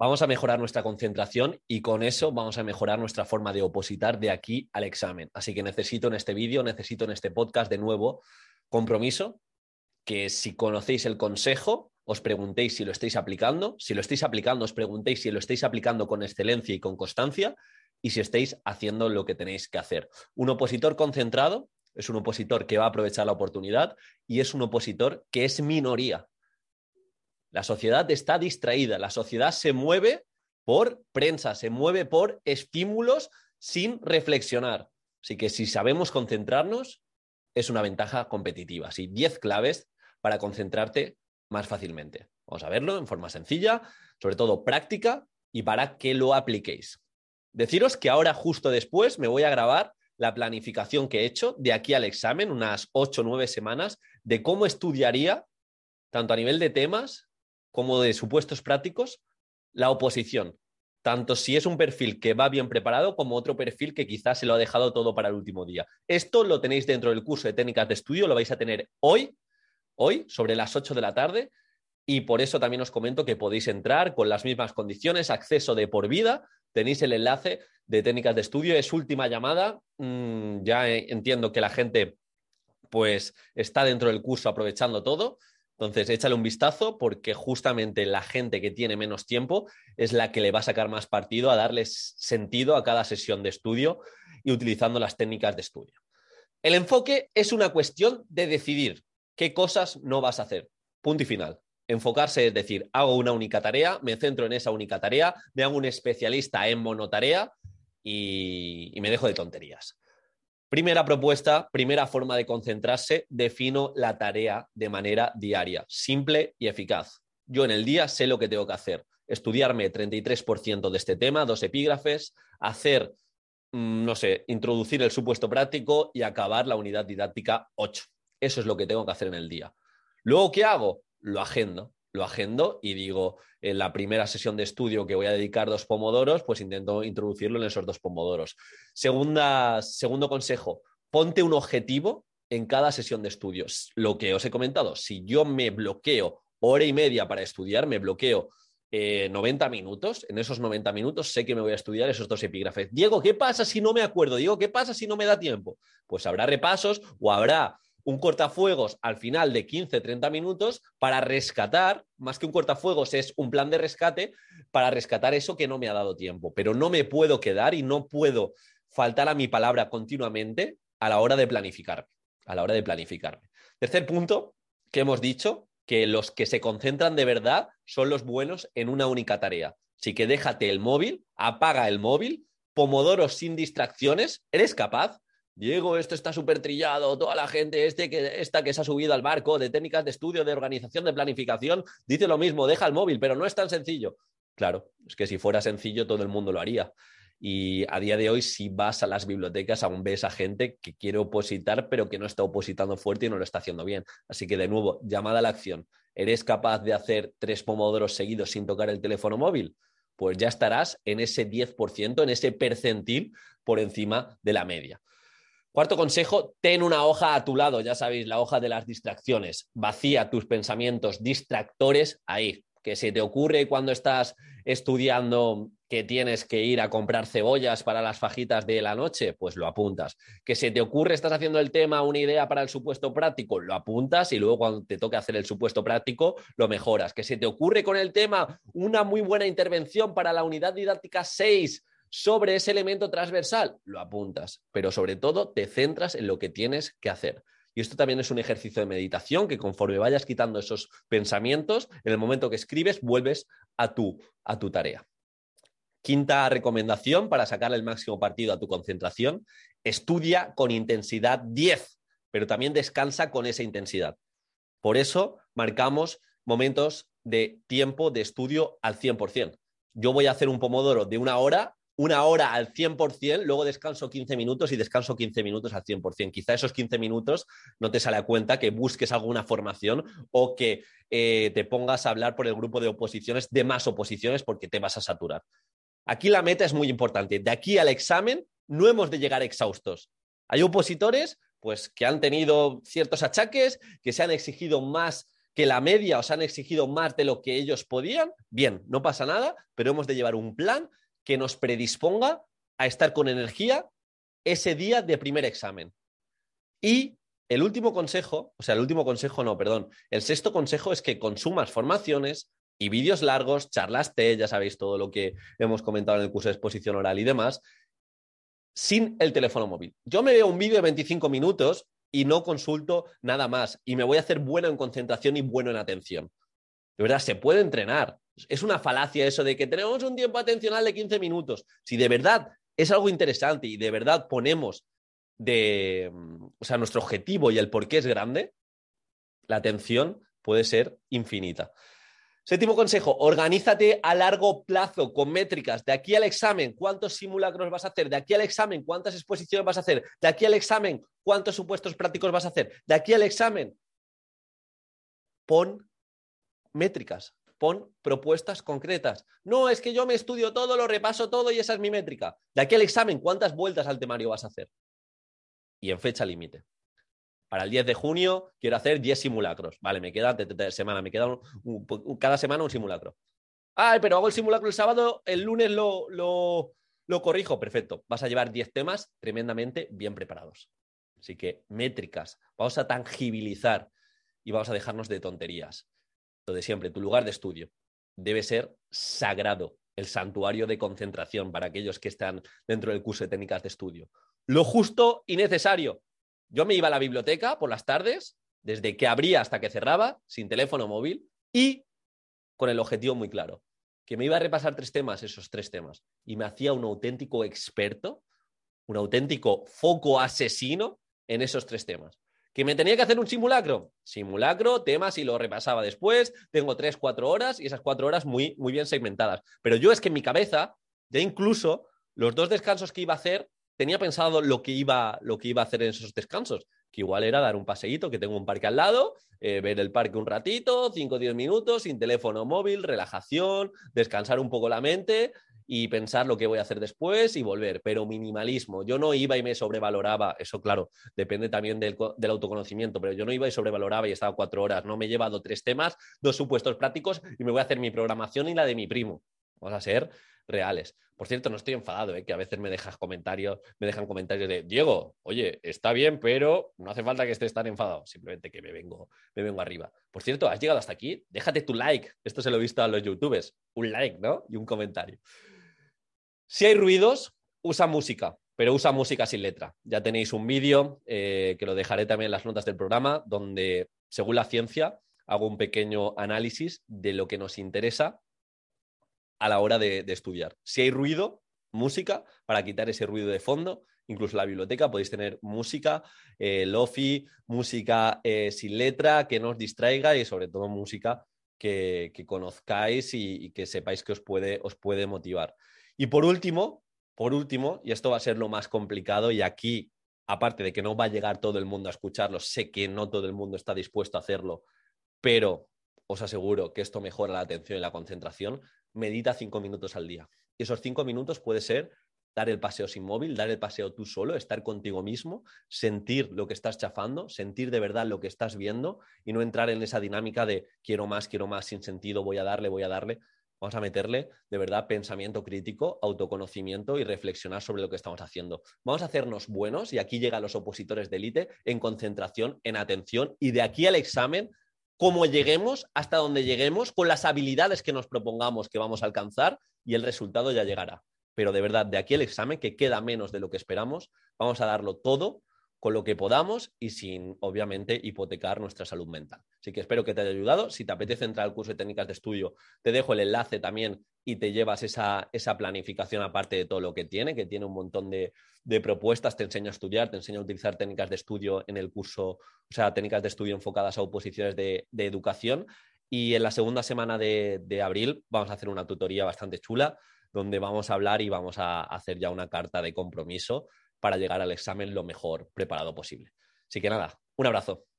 vamos a mejorar nuestra concentración y con eso vamos a mejorar nuestra forma de opositar de aquí al examen. Así que necesito en este vídeo, necesito en este podcast de nuevo compromiso, que si conocéis el consejo, os preguntéis si lo estáis aplicando. Si lo estáis aplicando, os preguntéis si lo estáis aplicando con excelencia y con constancia y si estáis haciendo lo que tenéis que hacer. Un opositor concentrado es un opositor que va a aprovechar la oportunidad y es un opositor que es minoría. La sociedad está distraída, la sociedad se mueve por prensa, se mueve por estímulos sin reflexionar. Así que si sabemos concentrarnos, es una ventaja competitiva. Así, 10 claves para concentrarte más fácilmente. Vamos a verlo en forma sencilla, sobre todo práctica y para que lo apliquéis. Deciros que ahora, justo después, me voy a grabar la planificación que he hecho de aquí al examen, unas 8 o 9 semanas, de cómo estudiaría, tanto a nivel de temas como de supuestos prácticos, la oposición. Tanto si es un perfil que va bien preparado como otro perfil que quizás se lo ha dejado todo para el último día. Esto lo tenéis dentro del curso de técnicas de estudio, lo vais a tener hoy sobre las 8 de la tarde, y por eso también os comento que podéis entrar con las mismas condiciones, acceso de por vida, tenéis el enlace de técnicas de estudio, es última llamada, ya entiendo que la gente pues está dentro del curso aprovechando todo. Entonces, échale un vistazo porque justamente la gente que tiene menos tiempo es la que le va a sacar más partido a darles sentido a cada sesión de estudio y utilizando las técnicas de estudio. El enfoque es una cuestión de decidir qué cosas no vas a hacer. Punto y final. Enfocarse es decir, hago una única tarea, me centro en esa única tarea, me hago un especialista en monotarea y me dejo de tonterías. Primera propuesta, primera forma de concentrarse, defino la tarea de manera diaria, simple y eficaz. Yo en el día sé lo que tengo que hacer, estudiarme 33% de este tema, 2 epígrafes, hacer, no sé, introducir el supuesto práctico y acabar la unidad didáctica 8. Eso es lo que tengo que hacer en el día. Luego, ¿qué hago? Lo agendo y digo, en la primera sesión de estudio que voy a dedicar 2 pomodoros, pues intento introducirlo en esos 2 pomodoros. Segundo consejo, ponte un objetivo en cada sesión de estudios. Lo que os he comentado, si yo me bloqueo hora y media para estudiar, me bloqueo 90 minutos, en esos 90 minutos sé que me voy a estudiar esos 2 epígrafes. Diego, ¿qué pasa si no me acuerdo? Diego, ¿qué pasa si no me da tiempo? Pues habrá repasos o habrá un cortafuegos al final de 15-30 minutos para rescatar, más que un cortafuegos es un plan de rescate, para rescatar eso que no me ha dado tiempo. Pero no me puedo quedar y no puedo faltar a mi palabra continuamente a la hora de planificarme. Tercer punto que hemos dicho, que los que se concentran de verdad son los buenos en una única tarea. Así que déjate el móvil, apaga el móvil, pomodoro sin distracciones, ¿eres capaz? Diego, esto está súper trillado, toda la gente esta que se ha subido al barco de técnicas de estudio, de organización, de planificación, dice lo mismo, deja el móvil, pero no es tan sencillo. Claro, es que si fuera sencillo todo el mundo lo haría. Y a día de hoy, si vas a las bibliotecas, aún ves a gente que quiere opositar, pero que no está opositando fuerte y no lo está haciendo bien. Así que, de nuevo, llamada a la acción. ¿Eres capaz de hacer 3 pomodoros seguidos sin tocar el teléfono móvil? Pues ya estarás en ese 10%, en ese percentil por encima de la media. Cuarto consejo, ten una hoja a tu lado, ya sabéis, la hoja de las distracciones. Vacía tus pensamientos distractores ahí. Que se te ocurre cuando estás estudiando que tienes que ir a comprar cebollas para las fajitas de la noche, pues lo apuntas. Que se te ocurre, estás haciendo el tema, una idea para el supuesto práctico, lo apuntas y luego cuando te toque hacer el supuesto práctico, lo mejoras. Que se te ocurre con el tema una muy buena intervención para la unidad didáctica 6 sobre ese elemento transversal, lo apuntas, pero sobre todo te centras en lo que tienes que hacer. Y esto también es un ejercicio de meditación que conforme vayas quitando esos pensamientos, en el momento que escribes, vuelves a tu tarea. Quinta recomendación para sacar el máximo partido a tu concentración, estudia con intensidad 10, pero también descansa con esa intensidad. Por eso marcamos momentos de tiempo de estudio al 100%. Yo voy a hacer un pomodoro de una hora al 100%, luego descanso 15 minutos y descanso 15 minutos al 100%. Quizá esos 15 minutos no te sale a cuenta que busques alguna formación o que te pongas a hablar por el grupo de oposiciones, de más oposiciones, porque te vas a saturar. Aquí la meta es muy importante. De aquí al examen no hemos de llegar exhaustos. Hay opositores pues, que han tenido ciertos achaques, que se han exigido más que la media os han exigido más de lo que ellos podían, bien, no pasa nada, pero hemos de llevar un plan que nos predisponga a estar con energía ese día de primer examen. Y el último consejo, el sexto consejo es que consumas formaciones y vídeos largos, charlas TED, ya sabéis todo lo que hemos comentado en el curso de exposición oral y demás, sin el teléfono móvil. Yo me veo un vídeo de 25 minutos y no consulto nada más y me voy a hacer bueno en concentración y bueno en atención. De verdad, se puede entrenar. Es una falacia eso de que tenemos un tiempo atencional de 15 minutos. Si de verdad es algo interesante y de verdad ponemos nuestro objetivo y el por qué es grande, la atención puede ser infinita. Séptimo consejo, organízate a largo plazo con métricas. De aquí al examen, ¿cuántos simulacros vas a hacer? De aquí al examen, ¿cuántas exposiciones vas a hacer? De aquí al examen, ¿cuántos supuestos prácticos vas a hacer? De aquí al examen, pon métricas, pon propuestas concretas. No, es que yo me estudio todo, lo repaso todo y esa es mi métrica. De aquí al examen, ¿cuántas vueltas al temario vas a hacer? Y en fecha límite. Para el 10 de junio quiero hacer 10 simulacros. Vale, me queda semana, me queda cada semana un simulacro. Ay, pero hago el simulacro el sábado, el lunes lo corrijo. Perfecto. Vas a llevar 10 temas tremendamente bien preparados. Así que métricas. Vamos a tangibilizar y vamos a dejarnos de tonterías. Lo de siempre, tu lugar de estudio debe ser sagrado, el santuario de concentración para aquellos que están dentro del curso de técnicas de estudio. Lo justo y necesario. Yo me iba a la biblioteca por las tardes, desde que abría hasta que cerraba, sin teléfono móvil y con el objetivo muy claro, que me iba a repasar esos 3 temas, y me hacía un auténtico experto, un auténtico foco asesino en esos 3 temas. ¿Que me tenía que hacer un simulacro? Simulacro, temas y lo repasaba después. Tengo 3-4 horas y esas 4 horas muy, muy bien segmentadas. Pero yo es que en mi cabeza, ya incluso los 2 descansos que iba a hacer, tenía pensado lo que iba a hacer en esos descansos, que igual era dar un paseíto, que tengo un parque al lado, ver el parque un ratito, 5 o 10 minutos, sin teléfono móvil, relajación, descansar un poco la mente y pensar lo que voy a hacer después y volver, pero minimalismo. Yo no iba y me sobrevaloraba, eso claro, depende también del autoconocimiento, pero yo no iba y sobrevaloraba y estaba 4 horas, no me he llevado 3 temas, 2 supuestos prácticos y me voy a hacer mi programación y la de mi primo. Vamos a ser reales. Por cierto, no estoy enfadado, que a veces me dejan comentarios de Diego, oye, está bien, pero no hace falta que estés tan enfadado, simplemente que me vengo arriba. Por cierto, ¿has llegado hasta aquí? Déjate tu like, esto se lo he visto a los youtubers, un like, ¿no? Y un comentario. Si hay ruidos, usa música, pero usa música sin letra. Ya tenéis un vídeo que lo dejaré también en las notas del programa, donde, según la ciencia, hago un pequeño análisis de lo que nos interesa a la hora de estudiar. Si hay ruido, música, para quitar ese ruido de fondo. Incluso en la biblioteca podéis tener música, lofi, música sin letra, que no os distraiga y sobre todo música que conozcáis y que sepáis que os puede motivar. Y por último, y esto va a ser lo más complicado y aquí, aparte de que no va a llegar todo el mundo a escucharlo, sé que no todo el mundo está dispuesto a hacerlo, pero os aseguro que esto mejora la atención y la concentración. Medita 5 minutos al día. Y esos 5 minutos puede ser dar el paseo sin móvil, dar el paseo tú solo, estar contigo mismo, sentir lo que estás chafando, sentir de verdad lo que estás viendo y no entrar en esa dinámica de quiero más, sin sentido, voy a darle. Vamos a meterle de verdad pensamiento crítico, autoconocimiento y reflexionar sobre lo que estamos haciendo. Vamos a hacernos buenos, y aquí llegan los opositores de élite, en concentración, en atención, y de aquí al examen, como lleguemos, hasta donde lleguemos, con las habilidades que nos propongamos que vamos a alcanzar, y el resultado ya llegará. Pero de verdad, de aquí al examen, que queda menos de lo que esperamos, vamos a darlo todo con lo que podamos y sin, obviamente, hipotecar nuestra salud mental. Así que espero que te haya ayudado. Si te apetece entrar al curso de técnicas de estudio, te dejo el enlace también y te llevas esa planificación aparte de todo lo que tiene un montón de propuestas. Te enseño a estudiar, te enseño a utilizar técnicas de estudio en el curso, o sea, técnicas de estudio enfocadas a oposiciones de educación. Y en la segunda semana de abril vamos a hacer una tutoría bastante chula donde vamos a hablar y vamos a hacer ya una carta de compromiso para llegar al examen lo mejor preparado posible. Así que nada, un abrazo.